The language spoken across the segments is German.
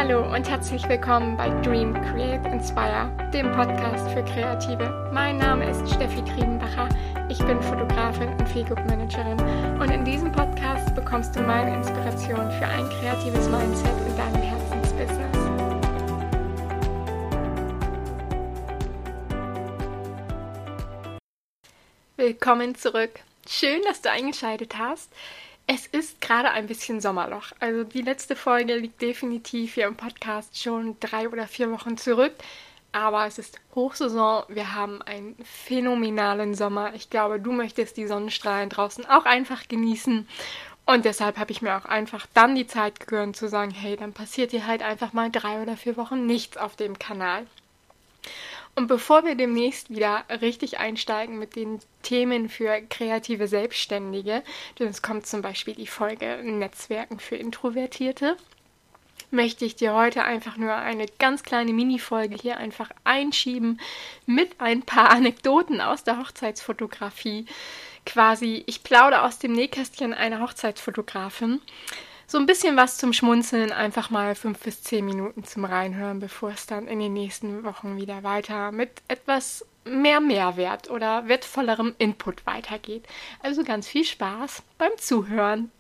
Hallo und herzlich willkommen bei Dream, Create, Inspire, dem Podcast für Kreative. Mein Name ist Steffi Triebenbacher, ich bin Fotografin und Feelgood-Managerin und in diesem Podcast bekommst du meine Inspiration für ein kreatives Mindset in deinem Herzensbusiness. Willkommen zurück. Schön, dass du eingeschaltet hast. Es ist gerade ein bisschen Sommerloch. Also die letzte Folge liegt definitiv hier im Podcast schon 3 oder 4 Wochen zurück. Aber es ist Hochsaison. Wir haben einen phänomenalen Sommer. Ich glaube, du möchtest die Sonnenstrahlen draußen auch einfach genießen. Und deshalb habe ich mir auch einfach dann die Zeit gegönnt zu sagen, hey, dann passiert hier halt einfach mal 3 oder 4 Wochen nichts auf dem Kanal. Und bevor wir demnächst wieder richtig einsteigen mit den Themen für kreative Selbstständige, denn es kommt zum Beispiel die Folge Netzwerken für Introvertierte, möchte ich dir heute einfach nur eine ganz kleine Mini-Folge hier einfach einschieben mit ein paar Anekdoten aus der Hochzeitsfotografie. Quasi, ich plaudere aus dem Nähkästchen einer Hochzeitsfotografin. So ein bisschen was zum Schmunzeln, einfach mal 5 bis 10 Minuten zum Reinhören, bevor es dann in den nächsten Wochen wieder weiter mit etwas mehr Mehrwert oder wertvollerem Input weitergeht. Also ganz viel Spaß beim Zuhören.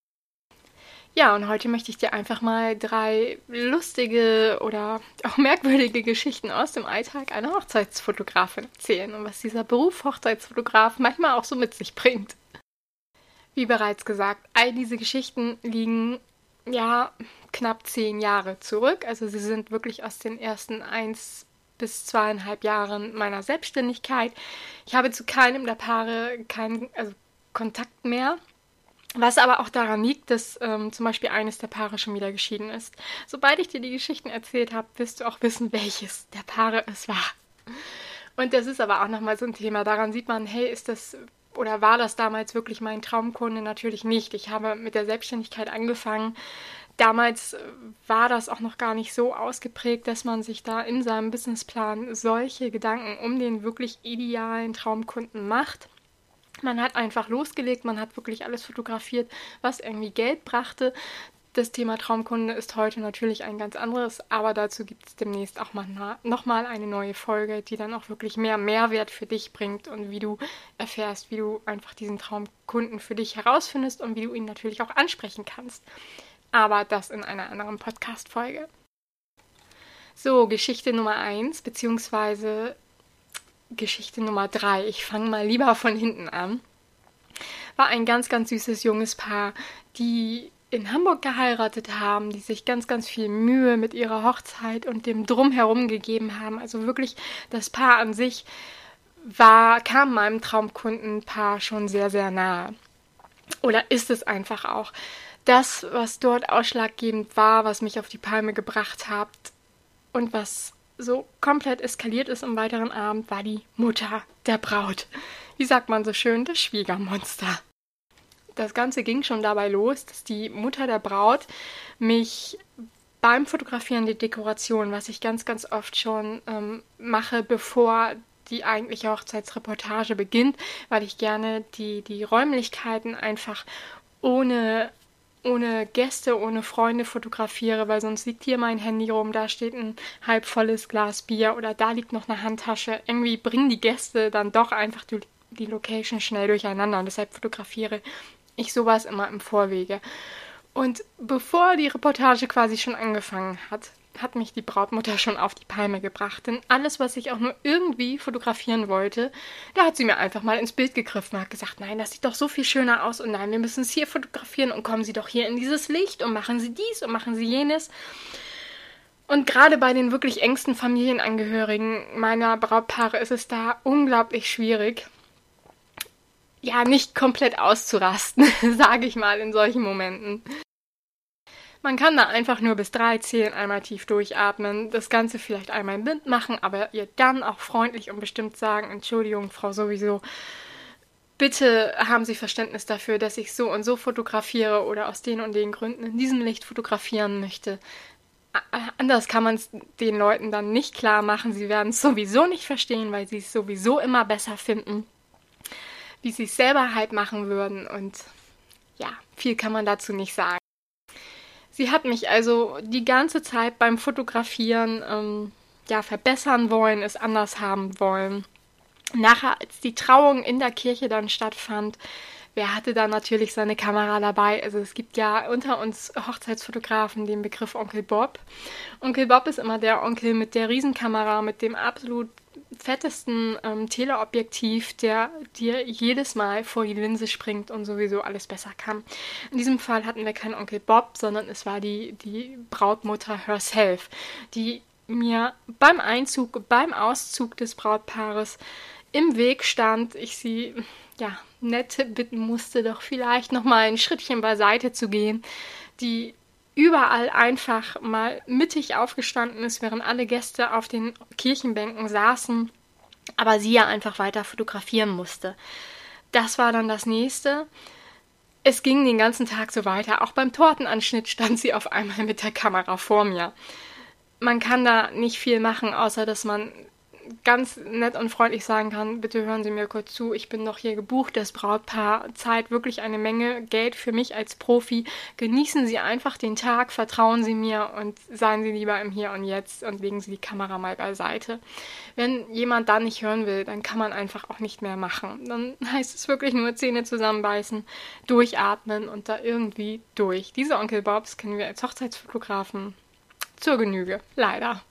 Ja, und heute möchte ich dir einfach mal 3 lustige oder auch merkwürdige Geschichten aus dem Alltag einer Hochzeitsfotografin erzählen und was dieser Beruf Hochzeitsfotograf manchmal auch so mit sich bringt. Wie bereits gesagt, all diese Geschichten liegen knapp 10 Jahre zurück. Also sie sind wirklich aus den ersten 1 bis 2,5 Jahren meiner Selbstständigkeit. Ich habe zu keinem der Paare keinen Kontakt mehr. Was aber auch daran liegt, dass zum Beispiel eines der Paare schon wieder geschieden ist. Sobald ich dir die Geschichten erzählt habe, wirst du auch wissen, welches der Paare es war. Und das ist aber auch nochmal so ein Thema. Daran sieht man, hey, war das damals wirklich mein Traumkunde? Natürlich nicht. Ich habe mit der Selbstständigkeit angefangen. Damals war das auch noch gar nicht so ausgeprägt, dass man sich da in seinem Businessplan solche Gedanken um den wirklich idealen Traumkunden macht. Man hat einfach losgelegt, man hat wirklich alles fotografiert, was irgendwie Geld brachte. Das Thema Traumkunde ist heute natürlich ein ganz anderes, aber dazu gibt es demnächst auch nochmal eine neue Folge, die dann auch wirklich mehr Mehrwert für dich bringt und wie du erfährst, wie du einfach diesen Traumkunden für dich herausfindest und wie du ihn natürlich auch ansprechen kannst. Aber das in einer anderen Podcast-Folge. So, Geschichte Nummer 1 beziehungsweise Geschichte Nummer 3. Ich fange mal lieber von hinten an. War ein ganz, ganz süßes junges Paar, die in Hamburg geheiratet haben, die sich ganz, ganz viel Mühe mit ihrer Hochzeit und dem Drumherum gegeben haben. Also wirklich, das Paar an sich kam meinem Traumkundenpaar schon sehr, sehr nahe. Oder ist es einfach auch. Das, was dort ausschlaggebend war, was mich auf die Palme gebracht hat und was so komplett eskaliert ist am weiteren Abend, war die Mutter der Braut. Wie sagt man so schön, das Schwiegermonster. Das Ganze ging schon dabei los, dass die Mutter der Braut mich beim Fotografieren der Dekoration, was ich ganz, ganz oft schon mache, bevor die eigentliche Hochzeitsreportage beginnt, weil ich gerne die Räumlichkeiten einfach ohne Gäste, ohne Freunde fotografiere, weil sonst liegt hier mein Handy rum, da steht ein halb volles Glas Bier oder da liegt noch eine Handtasche. Irgendwie bringen die Gäste dann doch einfach die Location schnell durcheinander und deshalb fotografiere ich sowas immer im Vorwege. Und bevor die Reportage quasi schon angefangen hat mich die Brautmutter schon auf die Palme gebracht. Denn alles, was ich auch nur irgendwie fotografieren wollte, da hat sie mir einfach mal ins Bild gegriffen und hat gesagt, nein, das sieht doch so viel schöner aus und nein, wir müssen es hier fotografieren und kommen Sie doch hier in dieses Licht und machen Sie dies und machen Sie jenes. Und gerade bei den wirklich engsten Familienangehörigen meiner Brautpaare ist es da unglaublich schwierig, ja, nicht komplett auszurasten, sage ich mal, in solchen Momenten. Man kann da einfach nur bis 3 zählen, einmal tief durchatmen, das Ganze vielleicht einmal blind machen, aber ihr dann auch freundlich und bestimmt sagen, Entschuldigung, Frau sowieso, bitte haben Sie Verständnis dafür, dass ich so und so fotografiere oder aus den und den Gründen in diesem Licht fotografieren möchte. Anders kann man es den Leuten dann nicht klar machen, sie werden es sowieso nicht verstehen, weil sie es sowieso immer besser finden, wie sie es selber halt machen würden und ja, viel kann man dazu nicht sagen. Sie hat mich also die ganze Zeit beim Fotografieren verbessern wollen, es anders haben wollen. Nachher, als die Trauung in der Kirche dann stattfand, wer hatte da natürlich seine Kamera dabei? Also es gibt ja unter uns Hochzeitsfotografen den Begriff Onkel Bob. Onkel Bob ist immer der Onkel mit der Riesenkamera, mit dem absolut fettesten Teleobjektiv, der dir jedes Mal vor die Linse springt und sowieso alles besser kann. In diesem Fall hatten wir keinen Onkel Bob, sondern es war die Brautmutter herself, die mir beim Einzug, beim Auszug des Brautpaares im Weg stand, ich sie nett bitten musste, doch vielleicht noch mal ein Schrittchen beiseite zu gehen, die überall einfach mal mittig aufgestanden ist, während alle Gäste auf den Kirchenbänken saßen, aber sie ja einfach weiter fotografieren musste. Das war dann das Nächste. Es ging den ganzen Tag so weiter. Auch beim Tortenanschnitt stand sie auf einmal mit der Kamera vor mir. Man kann da nicht viel machen, außer dass man ganz nett und freundlich sagen kann, bitte hören Sie mir kurz zu, ich bin doch hier gebucht, das Brautpaar zahlt wirklich eine Menge Geld für mich als Profi. Genießen Sie einfach den Tag, vertrauen Sie mir und seien Sie lieber im Hier und Jetzt und legen Sie die Kamera mal beiseite. Wenn jemand da nicht hören will, dann kann man einfach auch nicht mehr machen. Dann heißt es wirklich nur Zähne zusammenbeißen, durchatmen und da irgendwie durch. Diese Onkel Bobs kennen wir als Hochzeitsfotografen zur Genüge, leider.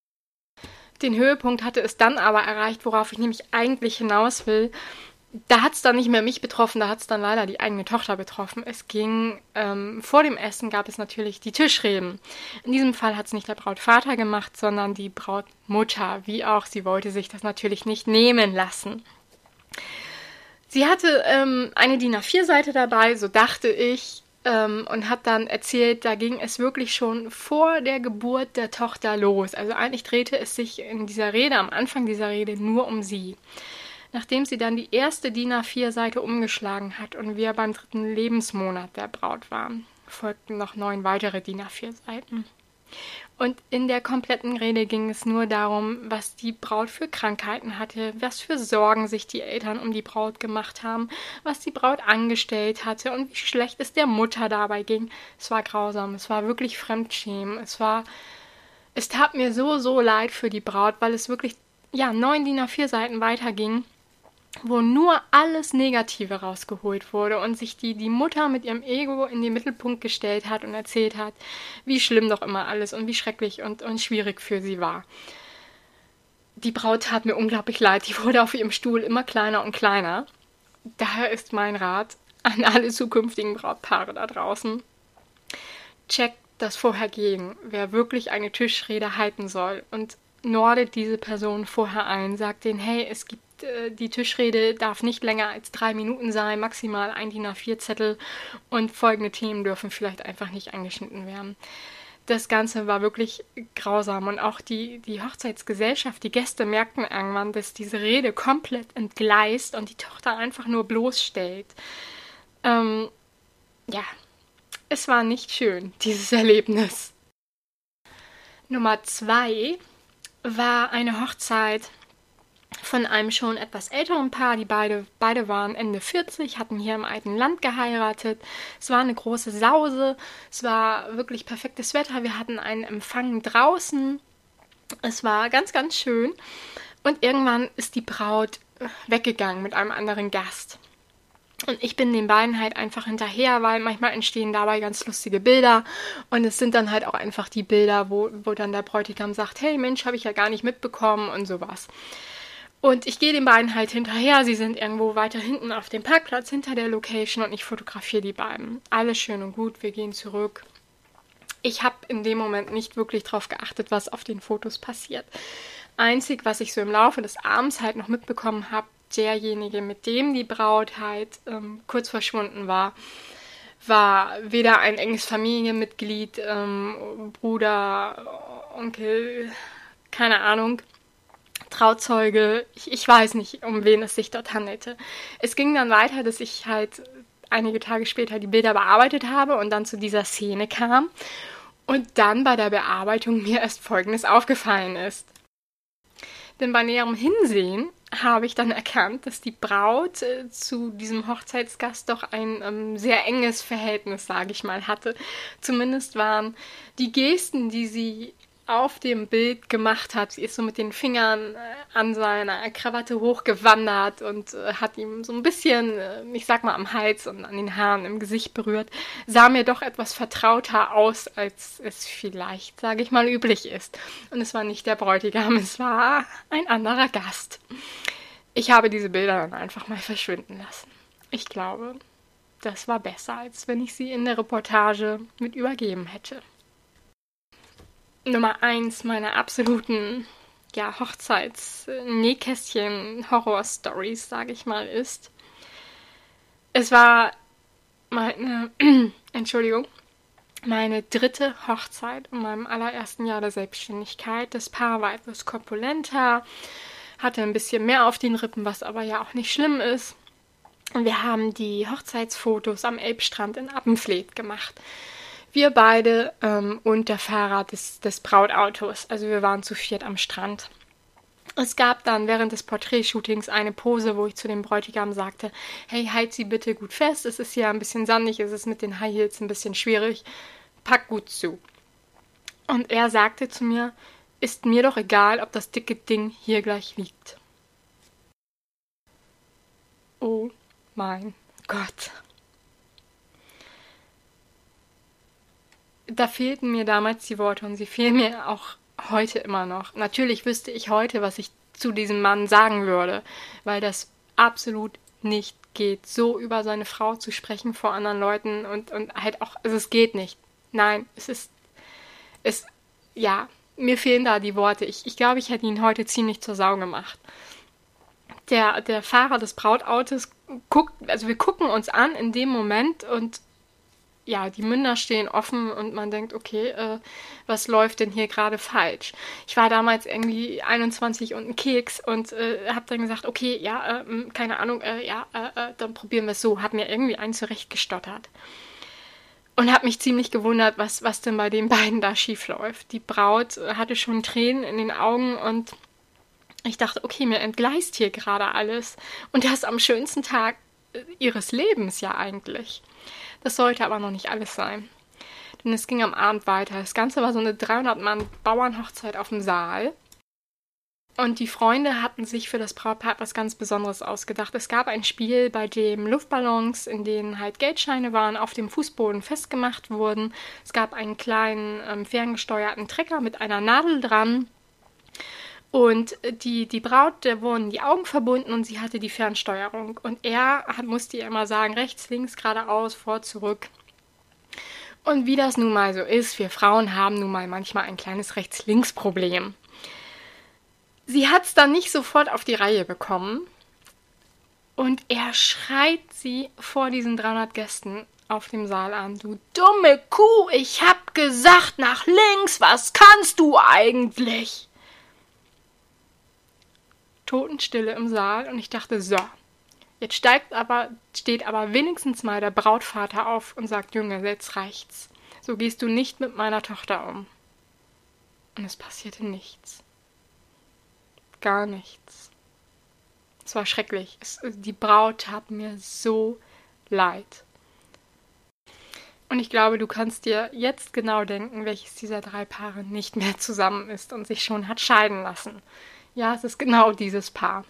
Den Höhepunkt hatte es dann aber erreicht, worauf ich nämlich eigentlich hinaus will. Da hat es dann nicht mehr mich betroffen, da hat es dann leider die eigene Tochter betroffen. Es ging, vor dem Essen gab es natürlich die Tischreden. In diesem Fall hat es nicht der Brautvater gemacht, sondern die Brautmutter. Wie auch, sie wollte sich das natürlich nicht nehmen lassen. Sie hatte eine DIN A4-Seite dabei, so dachte ich, und hat dann erzählt, da ging es wirklich schon vor der Geburt der Tochter los. Also eigentlich drehte es sich in dieser Rede, am Anfang dieser Rede, nur um sie. Nachdem sie dann die erste DIN A4-Seite umgeschlagen hat und wir beim 3. Lebensmonat der Braut waren, folgten noch 9 weitere DIN A4-Seiten. Und in der kompletten Rede ging es nur darum, was die Braut für Krankheiten hatte, was für Sorgen sich die Eltern um die Braut gemacht haben, was die Braut angestellt hatte und wie schlecht es der Mutter dabei ging. Es war grausam, es war wirklich Fremdschämen, es tat mir so leid für die Braut, weil es wirklich 9 DIN A4-Seiten weiterging, wo nur alles Negative rausgeholt wurde und sich die Mutter mit ihrem Ego in den Mittelpunkt gestellt hat und erzählt hat, wie schlimm doch immer alles und wie schrecklich und schwierig für sie war. Die Braut tat mir unglaublich leid, die wurde auf ihrem Stuhl immer kleiner und kleiner. Daher ist mein Rat an alle zukünftigen Brautpaare da draußen: checkt das vorher gegen, wer wirklich eine Tischrede halten soll, und nordet diese Person vorher ein, sagt denen, hey, es gibt die Tischrede darf nicht länger als 3 Minuten sein, maximal ein DIN A4-Zettel und folgende Themen dürfen vielleicht einfach nicht angeschnitten werden. Das Ganze war wirklich grausam und auch die Hochzeitsgesellschaft, die Gäste merkten irgendwann, dass diese Rede komplett entgleist und die Tochter einfach nur bloßstellt. Es war nicht schön, dieses Erlebnis. Nummer 2 war eine Hochzeit von einem schon etwas älteren Paar. Die beide waren Ende 40, hatten hier im alten Land geheiratet. Es war eine große Sause, es war wirklich perfektes Wetter. Wir hatten einen Empfang draußen. Es war ganz, ganz schön. Und irgendwann ist die Braut weggegangen mit einem anderen Gast. Und ich bin den beiden halt einfach hinterher, weil manchmal entstehen dabei ganz lustige Bilder. Und es sind dann halt auch einfach die Bilder, wo dann der Bräutigam sagt, hey Mensch, habe ich ja gar nicht mitbekommen und sowas. Und ich gehe den beiden halt hinterher. Sie sind irgendwo weiter hinten auf dem Parkplatz hinter der Location und ich fotografiere die beiden. Alles schön und gut, wir gehen zurück. Ich habe in dem Moment nicht wirklich drauf geachtet, was auf den Fotos passiert. Einzig, was ich so im Laufe des Abends halt noch mitbekommen habe, derjenige, mit dem die Braut halt kurz verschwunden war weder ein enges Familienmitglied, Bruder, Onkel, keine Ahnung, Trauzeuge, ich weiß nicht, um wen es sich dort handelte. Es ging dann weiter, dass ich halt einige Tage später die Bilder bearbeitet habe und dann zu dieser Szene kam und dann bei der Bearbeitung mir erst Folgendes aufgefallen ist. Denn bei näherem Hinsehen habe ich dann erkannt, dass die Braut zu diesem Hochzeitsgast doch ein sehr enges Verhältnis, sage ich mal, hatte. Zumindest waren die Gesten, die sie auf dem Bild gemacht hat. Sie ist so mit den Fingern an seiner Krawatte hochgewandert und hat ihm so ein bisschen, ich sag mal, am Hals und an den Haaren im Gesicht berührt. Sah mir doch etwas vertrauter aus, als es vielleicht, sage ich mal, üblich ist. Und es war nicht der Bräutigam, es war ein anderer Gast. Ich habe diese Bilder dann einfach mal verschwinden lassen. Ich glaube, das war besser, als wenn ich sie in der Reportage mit übergeben hätte. Nummer 1 meiner absoluten Hochzeits-Nähkästchen-Horror-Stories, sage ich mal, ist, es war meine, meine 3. Hochzeit in meinem allerersten Jahr der Selbstständigkeit. Das Paar war etwas korpulenter, hatte ein bisschen mehr auf den Rippen, was aber ja auch nicht schlimm ist. Und wir haben die Hochzeitsfotos am Elbstrand in Appenfleet gemacht. Wir beide und der Fahrer des Brautautos. Also wir waren zu 4 am Strand. Es gab dann während des Porträtshootings eine Pose, wo ich zu dem Bräutigam sagte, hey, halt sie bitte gut fest, es ist hier ein bisschen sandig, es ist mit den High Heels ein bisschen schwierig, pack gut zu. Und er sagte zu mir, ist mir doch egal, ob das dicke Ding hier gleich liegt. Oh mein Gott. Da fehlten mir damals die Worte und sie fehlen mir auch heute immer noch. Natürlich wüsste ich heute, was ich zu diesem Mann sagen würde, weil das absolut nicht geht, so über seine Frau zu sprechen vor anderen Leuten und halt auch, also es geht nicht. Nein, mir fehlen da die Worte. Ich glaube, ich hätte ihn heute ziemlich zur Sau gemacht. Der Fahrer des Brautautos wir gucken uns an in dem Moment und ja, die Münder stehen offen und man denkt, okay, was läuft denn hier gerade falsch? Ich war damals irgendwie 21 und ein Keks und habe dann gesagt, okay, keine Ahnung, dann probieren wir es so. Habe mir irgendwie einen zurechtgestottert. Und habe mich ziemlich gewundert, was denn bei den beiden da schief läuft. Die Braut hatte schon Tränen in den Augen und ich dachte, okay, mir entgleist hier gerade alles. Und das am schönsten Tag ihres Lebens ja eigentlich. Das sollte aber noch nicht alles sein. Denn es ging am Abend weiter. Das Ganze war so eine 300-Mann-Bauernhochzeit auf dem Saal. Und die Freunde hatten sich für das Brautpaar etwas ganz Besonderes ausgedacht. Es gab ein Spiel, bei dem Luftballons, in denen halt Geldscheine waren, auf dem Fußboden festgemacht wurden. Es gab einen kleinen ferngesteuerten Trecker mit einer Nadel dran. Und die Braut, der wurden die Augen verbunden und sie hatte die Fernsteuerung. Und er musste ihr immer sagen, rechts, links, geradeaus, vor, zurück. Und wie das nun mal so ist, wir Frauen haben nun mal manchmal ein kleines Rechts-Links-Problem. Sie hat es dann nicht sofort auf die Reihe bekommen. Und er schreit sie vor diesen 300 Gästen auf dem Saal an. Du dumme Kuh, ich hab gesagt, nach links, was kannst du eigentlich? Totenstille im Saal und ich dachte, so, jetzt steht aber wenigstens mal der Brautvater auf und sagt, Junge, jetzt reicht's. So gehst du nicht mit meiner Tochter um. Und es passierte nichts. Gar nichts. Es war schrecklich. Die Braut tat mir so leid. Und ich glaube, du kannst dir jetzt genau denken, welches dieser 3 Paare nicht mehr zusammen ist und sich schon hat scheiden lassen. Ja, es ist genau dieses Paar.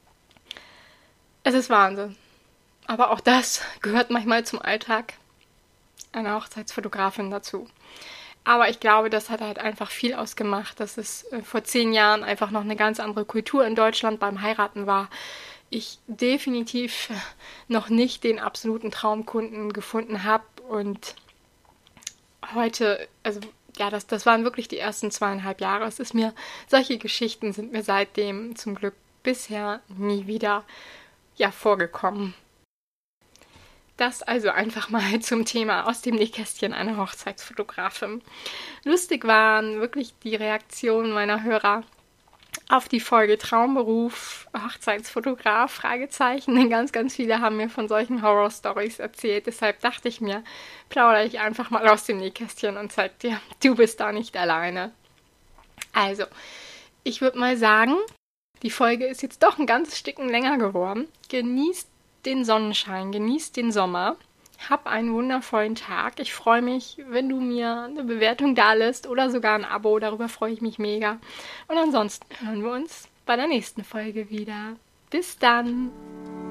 Es ist Wahnsinn. Aber auch das gehört manchmal zum Alltag einer Hochzeitsfotografin dazu. Aber ich glaube, das hat halt einfach viel ausgemacht, dass es vor 10 Jahren einfach noch eine ganz andere Kultur in Deutschland beim Heiraten war. Ich definitiv noch nicht den absoluten Traumkunden gefunden habe und heute, also ja, das waren wirklich die ersten 2,5 Jahre. Solche Geschichten sind mir seitdem zum Glück bisher nie wieder vorgekommen. Das also einfach mal zum Thema aus dem Nähkästchen einer Hochzeitsfotografin. Lustig waren wirklich die Reaktionen meiner Hörer auf die Folge Traumberuf, Hochzeitsfotograf, Fragezeichen. Denn ganz, ganz viele haben mir von solchen Horror-Stories erzählt. Deshalb dachte ich mir, plaudere ich einfach mal aus dem Nähkästchen und zeig dir, du bist da nicht alleine. Also, ich würde mal sagen, Die Folge ist jetzt doch ein ganzes Stückchen länger geworden. Genießt den Sonnenschein, genießt den Sommer. Hab einen wundervollen Tag. Ich freue mich, wenn du mir eine Bewertung dalässt oder sogar ein Abo. Darüber freue ich mich mega. Und ansonsten hören wir uns bei der nächsten Folge wieder. Bis dann!